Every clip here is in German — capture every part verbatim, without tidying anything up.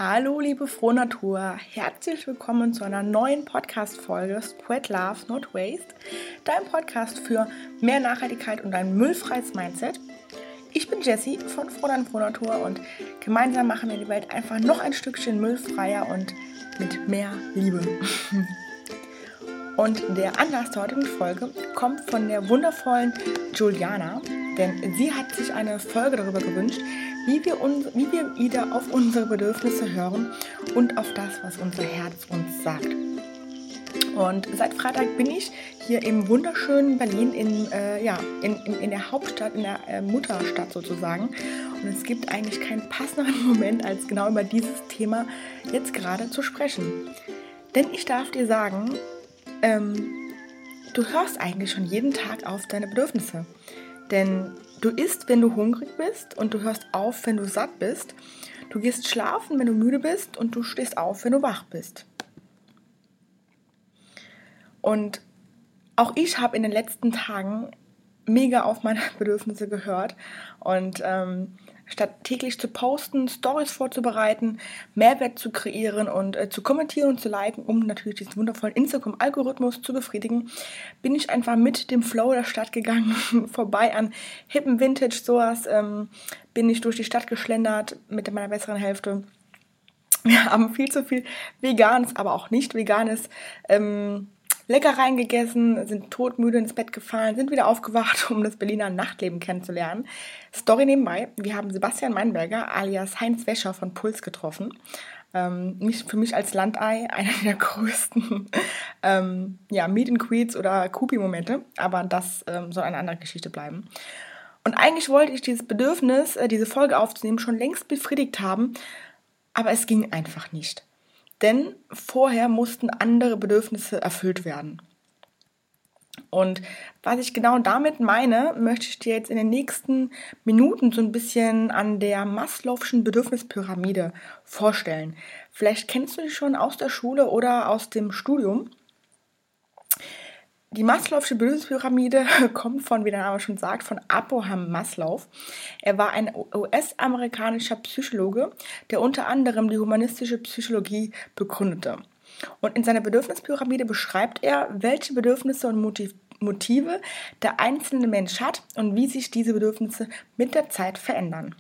Hallo liebe Frohnatur, herzlich willkommen zu einer neuen Podcast-Folge Spread Love, Not Waste, dein Podcast für mehr Nachhaltigkeit und ein müllfreies Mindset. Ich bin Jessie von Frohnatur Frohnatur und gemeinsam machen wir die Welt einfach noch ein Stückchen müllfreier und mit mehr Liebe. Und der Anlass der heutigen Folge kommt von der wundervollen Juliana, denn sie hat sich eine Folge darüber gewünscht, wie wir, uns, wie wir wieder auf unsere Bedürfnisse hören und auf das, was unser Herz uns sagt. Und seit Freitag bin ich hier im wunderschönen Berlin, in, äh, ja, in, in, in der Hauptstadt, in der äh, Mutterstadt sozusagen. Und es gibt eigentlich keinen passenderen Moment, als genau über dieses Thema jetzt gerade zu sprechen. Denn ich darf dir sagen, ähm, du hörst eigentlich schon jeden Tag auf deine Bedürfnisse. Denn du isst, wenn du hungrig bist, und du hörst auf, wenn du satt bist. Du gehst schlafen, wenn du müde bist, und du stehst auf, wenn du wach bist. Und auch ich habe in den letzten Tagen mega auf meine Bedürfnisse gehört und ähm, statt täglich zu posten, Stories vorzubereiten, Mehrwert zu kreieren und äh, zu kommentieren und zu liken, um natürlich diesen wundervollen Instagram-Algorithmus zu befriedigen, bin ich einfach mit dem Flow der Stadt gegangen, vorbei an hippen Vintage-Stores, ähm, bin ich durch die Stadt geschlendert mit meiner besseren Hälfte. Wir haben viel zu viel Veganes, aber auch nicht Veganes, ähm, Leckereien gegessen, sind todmüde ins Bett gefallen, sind wieder aufgewacht, um das Berliner Nachtleben kennenzulernen. Story nebenbei, wir haben Sebastian Meinberger alias Heinz Wäscher von Puls getroffen. Ähm, mich, für mich als Landei einer der größten ähm, ja, Meet and Greets oder Kupi-Momente, aber das ähm, soll eine andere Geschichte bleiben. Und eigentlich wollte ich dieses Bedürfnis, äh, diese Folge aufzunehmen, schon längst befriedigt haben, aber es ging einfach nicht. Denn vorher mussten andere Bedürfnisse erfüllt werden. Und was ich genau damit meine, möchte ich dir jetzt in den nächsten Minuten so ein bisschen an der Maslow'schen Bedürfnispyramide vorstellen. Vielleicht kennst du die schon aus der Schule oder aus dem Studium. Die Maslow'sche Bedürfnispyramide kommt von, wie der Name schon sagt, von Abraham Maslow. Er war ein U S-amerikanischer Psychologe, der unter anderem die humanistische Psychologie begründete. Und in seiner Bedürfnispyramide beschreibt er, welche Bedürfnisse und Motiv Motive der einzelne Mensch hat und wie sich diese Bedürfnisse mit der Zeit verändern.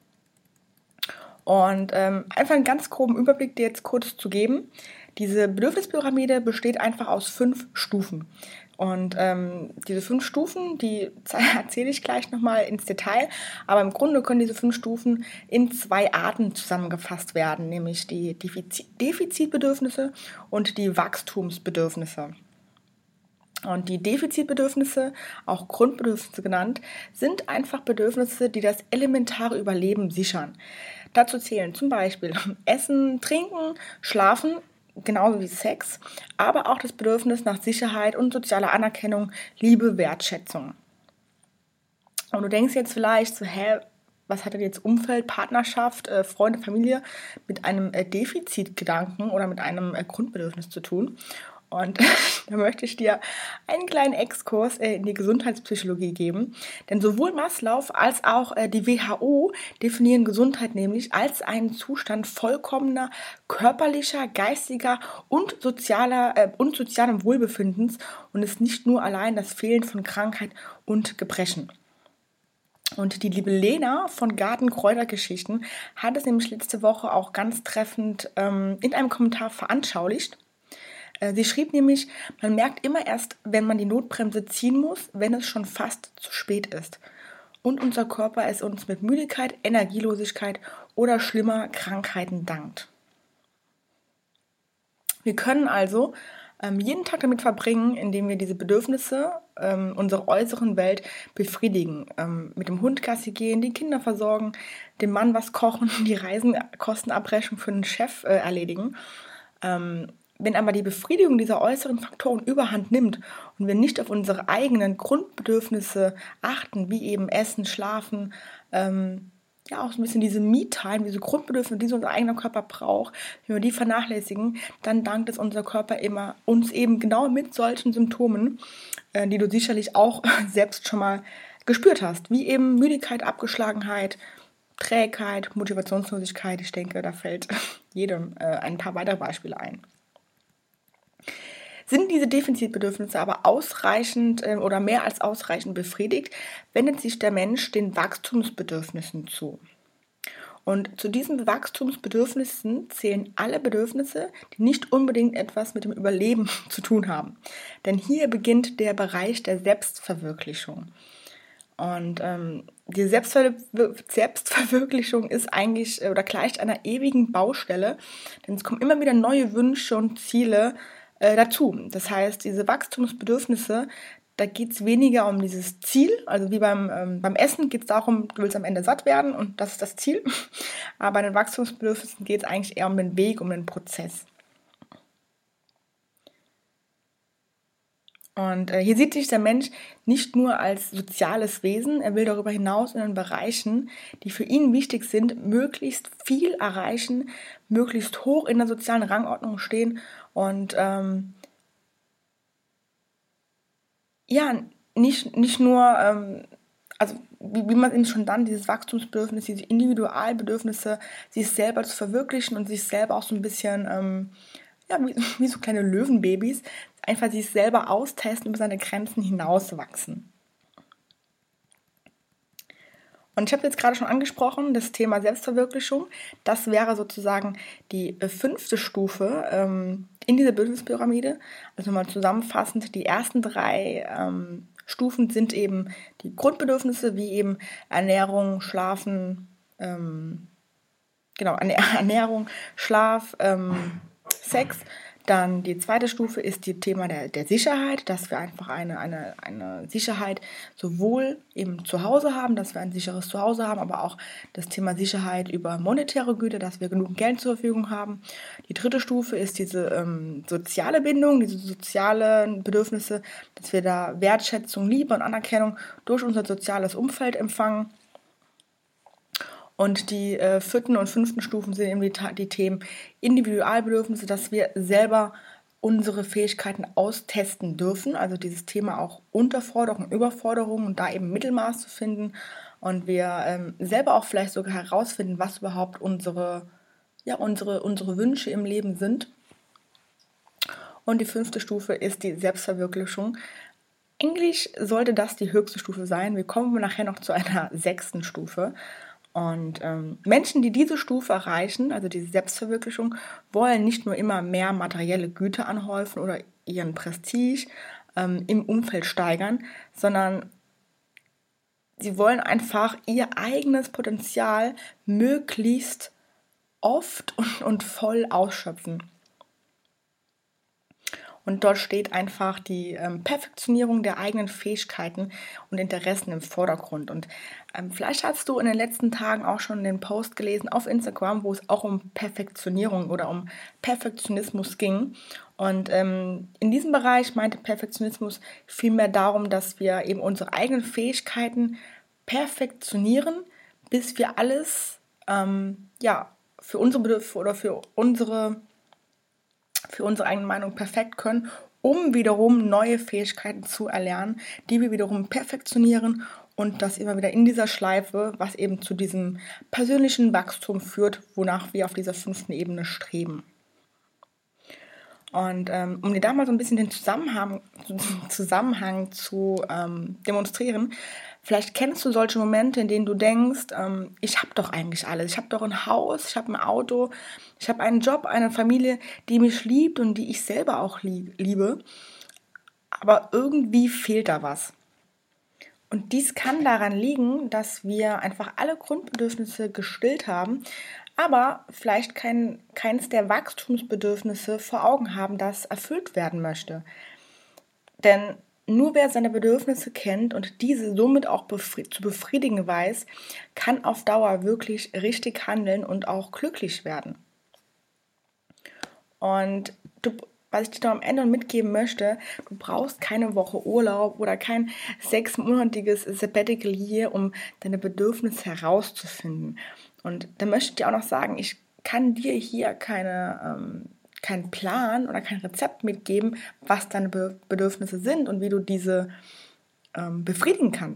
Und ähm, einfach einen ganz groben Überblick dir jetzt kurz zu geben. Diese Bedürfnispyramide besteht einfach aus fünf Stufen. Und ähm, diese fünf Stufen, die erzähle ich gleich nochmal ins Detail, aber im Grunde können diese fünf Stufen in zwei Arten zusammengefasst werden, nämlich die Defizit- Defizitbedürfnisse und die Wachstumsbedürfnisse. Und die Defizitbedürfnisse, auch Grundbedürfnisse genannt, sind einfach Bedürfnisse, die das elementare Überleben sichern. Dazu zählen zum Beispiel Essen, Trinken, Schlafen, genauso wie Sex, aber auch das Bedürfnis nach Sicherheit und sozialer Anerkennung, Liebe, Wertschätzung. Und du denkst jetzt vielleicht so, hä, was hat denn jetzt Umfeld, Partnerschaft, äh, Freunde, Familie mit einem äh, Defizitgedanken oder mit einem äh, Grundbedürfnis zu tun? Und da möchte ich dir einen kleinen Exkurs äh, in die Gesundheitspsychologie geben. Denn sowohl Maslow als auch äh, die W H O definieren Gesundheit nämlich als einen Zustand vollkommener körperlicher, geistiger und sozialer äh, und sozialem Wohlbefindens und ist nicht nur allein das Fehlen von Krankheit und Gebrechen. Und die liebe Lena von Gartenkräutergeschichten hat es nämlich letzte Woche auch ganz treffend ähm, in einem Kommentar veranschaulicht. Sie schrieb nämlich, man merkt immer erst, wenn man die Notbremse ziehen muss, wenn es schon fast zu spät ist. Und unser Körper es uns mit Müdigkeit, Energielosigkeit oder schlimmer Krankheiten dankt. Wir können also ähm, jeden Tag damit verbringen, indem wir diese Bedürfnisse ähm, unserer äußeren Welt befriedigen. Ähm, mit dem Hund Gassi gehen, die Kinder versorgen, dem Mann was kochen, die Reisenkostenabrechnung für den Chef äh, erledigen. Ähm, Wenn aber die Befriedigung dieser äußeren Faktoren überhand nimmt und wir nicht auf unsere eigenen Grundbedürfnisse achten, wie eben Essen, Schlafen, ähm, ja auch so ein bisschen diese Me-Time, diese Grundbedürfnisse, die so unser eigener Körper braucht, wenn wir die vernachlässigen, dann dankt es unser Körper immer uns eben genau mit solchen Symptomen, äh, die du sicherlich auch selbst schon mal gespürt hast, wie eben Müdigkeit, Abgeschlagenheit, Trägheit, Motivationslosigkeit. Ich denke, da fällt jedem äh, ein paar weitere Beispiele ein. Sind diese Defizitbedürfnisse aber ausreichend äh, oder mehr als ausreichend befriedigt, wendet sich der Mensch den Wachstumsbedürfnissen zu. Und zu diesen Wachstumsbedürfnissen zählen alle Bedürfnisse, die nicht unbedingt etwas mit dem Überleben zu tun haben. Denn hier beginnt der Bereich der Selbstverwirklichung. Und ähm, die Selbstver- Selbstverwirklichung ist eigentlich oder gleicht einer ewigen Baustelle, denn es kommen immer wieder neue Wünsche und Ziele äh, dazu. Das heißt, diese Wachstumsbedürfnisse, da geht es weniger um dieses Ziel, also wie beim, ähm, beim Essen geht es darum, du willst am Ende satt werden und das ist das Ziel. Aber bei den Wachstumsbedürfnissen geht es eigentlich eher um den Weg, um den Prozess. Und äh, hier sieht sich der Mensch nicht nur als soziales Wesen, er will darüber hinaus in den Bereichen, die für ihn wichtig sind, möglichst viel erreichen, möglichst hoch in der sozialen Rangordnung stehen und ähm, ja, nicht, nicht nur, ähm, also wie, wie man eben schon dann dieses Wachstumsbedürfnis, diese Individualbedürfnisse, sich selber zu verwirklichen und sich selber auch so ein bisschen, ähm, ja, wie, wie so kleine Löwenbabys, einfach sich selber austesten, über seine Grenzen hinauswachsen. Und ich habe jetzt gerade schon angesprochen, das Thema Selbstverwirklichung, das wäre sozusagen die äh, fünfte Stufe ähm, in dieser Bedürfnispyramide. Also nochmal zusammenfassend, die ersten drei ähm, Stufen sind eben die Grundbedürfnisse, wie eben Ernährung, Schlafen, ähm, genau, Ernährung, Schlaf, ähm, Sex. Dann die zweite Stufe ist das Thema der, der Sicherheit, dass wir einfach eine, eine, eine Sicherheit sowohl eben zu Hause haben, dass wir ein sicheres Zuhause haben, aber auch das Thema Sicherheit über monetäre Güter, dass wir genug Geld zur Verfügung haben. Die dritte Stufe ist diese ähm, soziale Bindung, diese sozialen Bedürfnisse, dass wir da Wertschätzung, Liebe und Anerkennung durch unser soziales Umfeld empfangen. Und die äh, vierten und fünften Stufen sind eben die, die Themen Individualbedürfnisse, dass wir selber unsere Fähigkeiten austesten dürfen. Also dieses Thema auch Unterforderung und Überforderung und da eben Mittelmaß zu finden. Und wir ähm, selber auch vielleicht sogar herausfinden, was überhaupt unsere, ja, unsere, unsere Wünsche im Leben sind. Und die fünfte Stufe ist die Selbstverwirklichung. Eigentlich sollte das die höchste Stufe sein. Wir kommen nachher noch zu einer sechsten Stufe. Und ähm, Menschen, die diese Stufe erreichen, also diese Selbstverwirklichung, wollen nicht nur immer mehr materielle Güter anhäufen oder ihren Prestige ähm, im Umfeld steigern, sondern sie wollen einfach ihr eigenes Potenzial möglichst oft und, und voll ausschöpfen. Und dort steht einfach die ähm, Perfektionierung der eigenen Fähigkeiten und Interessen im Vordergrund. Und ähm, vielleicht hast du in den letzten Tagen auch schon den Post gelesen auf Instagram, wo es auch um Perfektionierung oder um Perfektionismus ging. Und ähm, in diesem Bereich meinte Perfektionismus vielmehr darum, dass wir eben unsere eigenen Fähigkeiten perfektionieren, bis wir alles ähm, ja, für unsere Bedürfnisse oder für unsere für unsere eigene Meinung perfekt können, um wiederum neue Fähigkeiten zu erlernen, die wir wiederum perfektionieren und das immer wieder in dieser Schleife, was eben zu diesem persönlichen Wachstum führt, wonach wir auf dieser fünften Ebene streben. Und ähm, um dir da mal so ein bisschen den Zusammenhang, Zusammenhang zu ähm, demonstrieren, vielleicht kennst du solche Momente, in denen du denkst, ähm, ich habe doch eigentlich alles. Ich habe doch ein Haus, ich habe ein Auto, ich habe einen Job, eine Familie, die mich liebt und die ich selber auch lieb, liebe. Aber irgendwie fehlt da was. Und dies kann daran liegen, dass wir einfach alle Grundbedürfnisse gestillt haben, aber vielleicht kein, keines der Wachstumsbedürfnisse vor Augen haben, das erfüllt werden möchte. Denn nur wer seine Bedürfnisse kennt und diese somit auch befri- zu befriedigen weiß, kann auf Dauer wirklich richtig handeln und auch glücklich werden. Und du, was ich dir da am Ende mitgeben möchte, du brauchst keine Woche Urlaub oder kein sechsmonatiges Sabbatical hier, um deine Bedürfnisse herauszufinden. Und da möchte ich dir auch noch sagen, ich kann dir hier keine, ähm, keinen Plan oder kein Rezept mitgeben, was deine Be- Bedürfnisse sind und wie du diese ähm, befriedigen kannst.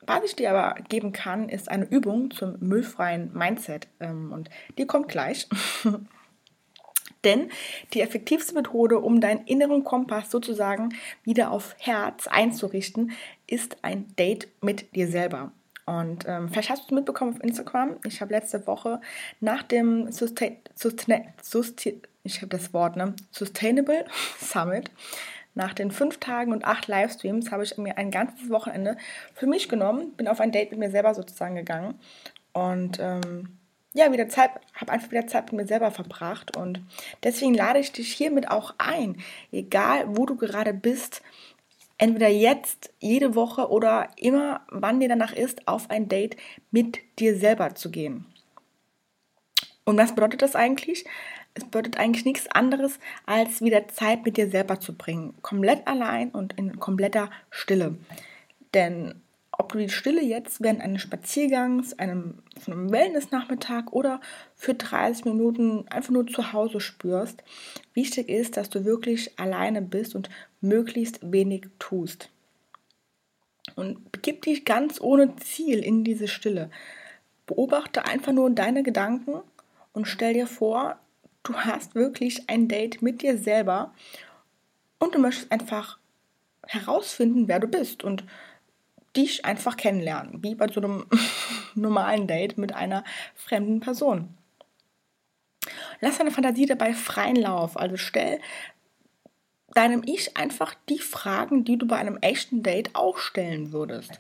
Was ich dir aber geben kann, ist eine Übung zum müllfreien Mindset. Ähm, und die kommt gleich. Denn die effektivste Methode, um deinen inneren Kompass sozusagen wieder auf Herz einzurichten, ist ein Date mit dir selber. Und ähm, vielleicht hast du es mitbekommen auf Instagram. Ich habe letzte Woche nach dem Sustain, Sustain, Sustain, ich habe das Wort, ne? Sustainable Summit, nach den fünf Tagen und acht Livestreams, habe ich mir ein ganzes Wochenende für mich genommen, bin auf ein Date mit mir selber sozusagen gegangen und ähm, ja, wieder Zeit, habe einfach wieder Zeit mit mir selber verbracht und deswegen lade ich dich hiermit auch ein, egal wo du gerade bist, entweder jetzt, jede Woche oder immer, wann dir danach ist, auf ein Date mit dir selber zu gehen. Und was bedeutet das eigentlich? Es bedeutet eigentlich nichts anderes, als wieder Zeit mit dir selber zu bringen. Komplett allein und in kompletter Stille. Denn ob du die Stille jetzt während eines Spaziergangs, einem, von einem Wellness-Nachmittag oder für dreißig Minuten einfach nur zu Hause spürst, wichtig ist, dass du wirklich alleine bist und möglichst wenig tust. Und begib dich ganz ohne Ziel in diese Stille. Beobachte einfach nur deine Gedanken und stell dir vor, du hast wirklich ein Date mit dir selber und du möchtest einfach herausfinden, wer du bist und dich einfach kennenlernen, wie bei so einem normalen Date mit einer fremden Person. Lass deine Fantasie dabei freien Lauf, also stell deinem Ich einfach die Fragen, die du bei einem echten Date auch stellen würdest.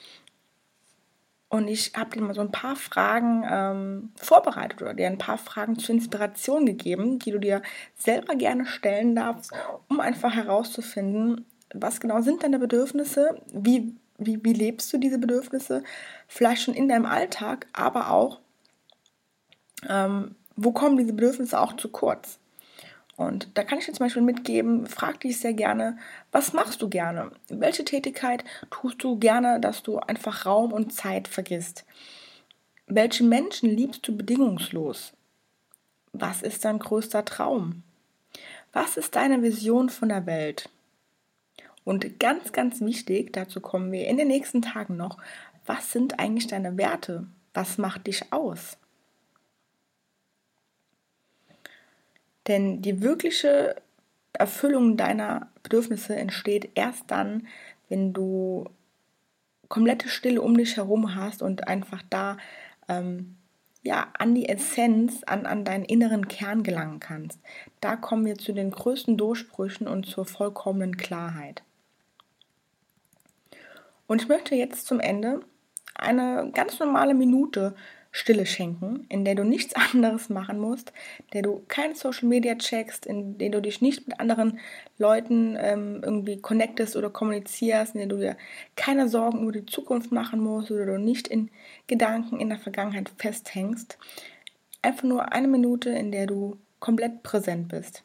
Und ich habe dir mal so ein paar Fragen ähm, vorbereitet oder dir ein paar Fragen zur Inspiration gegeben, die du dir selber gerne stellen darfst, um einfach herauszufinden, was genau sind deine Bedürfnisse, wie Wie, wie lebst du diese Bedürfnisse? Vielleicht schon in deinem Alltag, aber auch, ähm, wo kommen diese Bedürfnisse auch zu kurz? Und da kann ich dir zum Beispiel mitgeben, frag dich sehr gerne, was machst du gerne? Welche Tätigkeit tust du gerne, dass du einfach Raum und Zeit vergisst? Welche Menschen liebst du bedingungslos? Was ist dein größter Traum? Was ist deine Vision von der Welt? Und ganz, ganz wichtig, dazu kommen wir in den nächsten Tagen noch, was sind eigentlich deine Werte? Was macht dich aus? Denn die wirkliche Erfüllung deiner Bedürfnisse entsteht erst dann, wenn du komplette Stille um dich herum hast und einfach da ähm, ja, an die Essenz, an, an deinen inneren Kern gelangen kannst. Da kommen wir zu den größten Durchbrüchen und zur vollkommenen Klarheit. Und ich möchte jetzt zum Ende eine ganz normale Minute Stille schenken, in der du nichts anderes machen musst, in der du kein Social Media checkst, in der du dich nicht mit anderen Leuten ähm, irgendwie connectest oder kommunizierst, in der du dir keine Sorgen über die Zukunft machen musst oder du nicht in Gedanken in der Vergangenheit festhängst. Einfach nur eine Minute, in der du komplett präsent bist.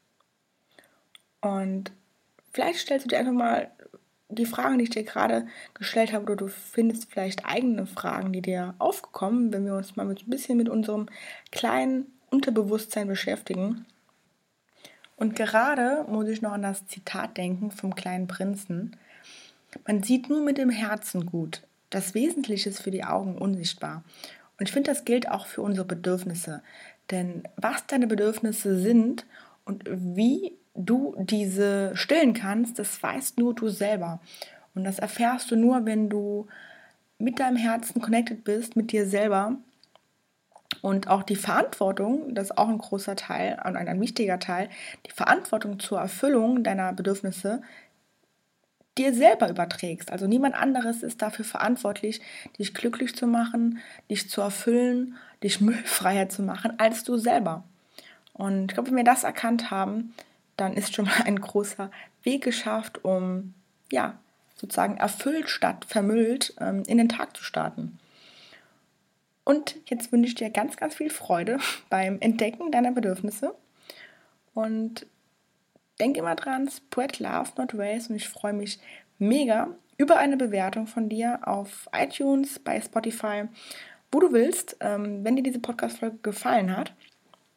Und vielleicht stellst du dir einfach mal die Fragen, die ich dir gerade gestellt habe, oder du findest vielleicht eigene Fragen, die dir aufgekommen, wenn wir uns mal mit, ein bisschen mit unserem kleinen Unterbewusstsein beschäftigen. Und gerade muss ich noch an das Zitat denken vom kleinen Prinzen. Man sieht nur mit dem Herzen gut. Das Wesentliche ist für die Augen unsichtbar. Und ich finde, das gilt auch für unsere Bedürfnisse. Denn was deine Bedürfnisse sind und wie du diese stillen kannst, das weißt nur du selber. Und das erfährst du nur, wenn du mit deinem Herzen connected bist, mit dir selber. Und auch die Verantwortung, das ist auch ein großer Teil und ein, ein wichtiger Teil, die Verantwortung zur Erfüllung deiner Bedürfnisse dir selber überträgst. Also niemand anderes ist dafür verantwortlich, dich glücklich zu machen, dich zu erfüllen, dich müllfreier zu machen, als du selber. Und ich glaube, wenn wir das erkannt haben, dann ist schon mal ein großer Weg geschafft, um ja sozusagen erfüllt statt vermüllt ähm, in den Tag zu starten. Und jetzt wünsche ich dir ganz, ganz viel Freude beim Entdecken deiner Bedürfnisse und denk immer dran, spread love, not waste, und ich freue mich mega über eine Bewertung von dir auf iTunes, bei Spotify, wo du willst, ähm, wenn dir diese Podcast-Folge gefallen hat.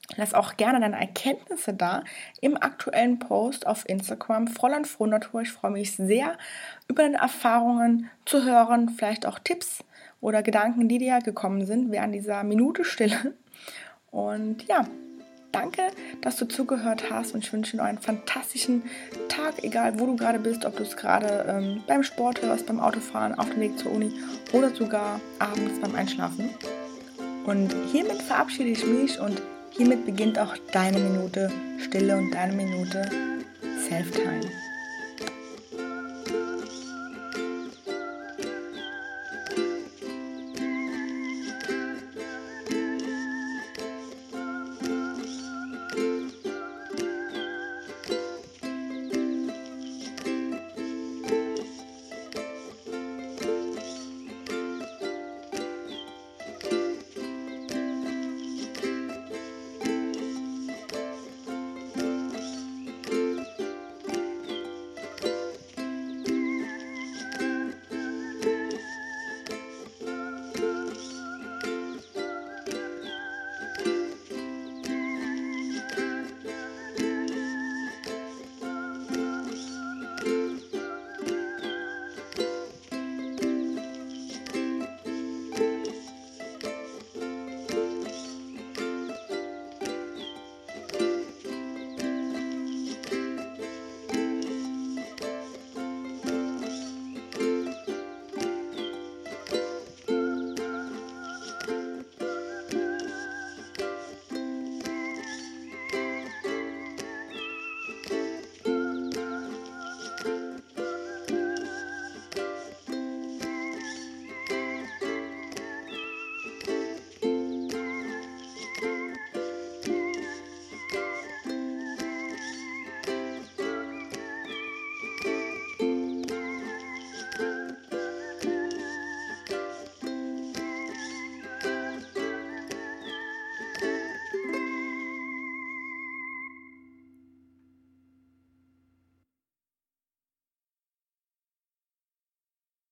Lass auch gerne deine Erkenntnisse da im aktuellen Post auf Instagram, Fräulein Frohnatur. Ich freue mich sehr, über deine Erfahrungen zu hören, vielleicht auch Tipps oder Gedanken, die dir gekommen sind während dieser Minute Stille. Und ja, danke, dass du zugehört hast und ich wünsche dir noch einen fantastischen Tag, egal wo du gerade bist, ob du es gerade ähm, beim Sport hörst, beim Autofahren, auf dem Weg zur Uni oder sogar abends beim Einschlafen. Und hiermit verabschiede ich mich und hiermit beginnt auch deine Minute Stille und deine Minute Self-Time.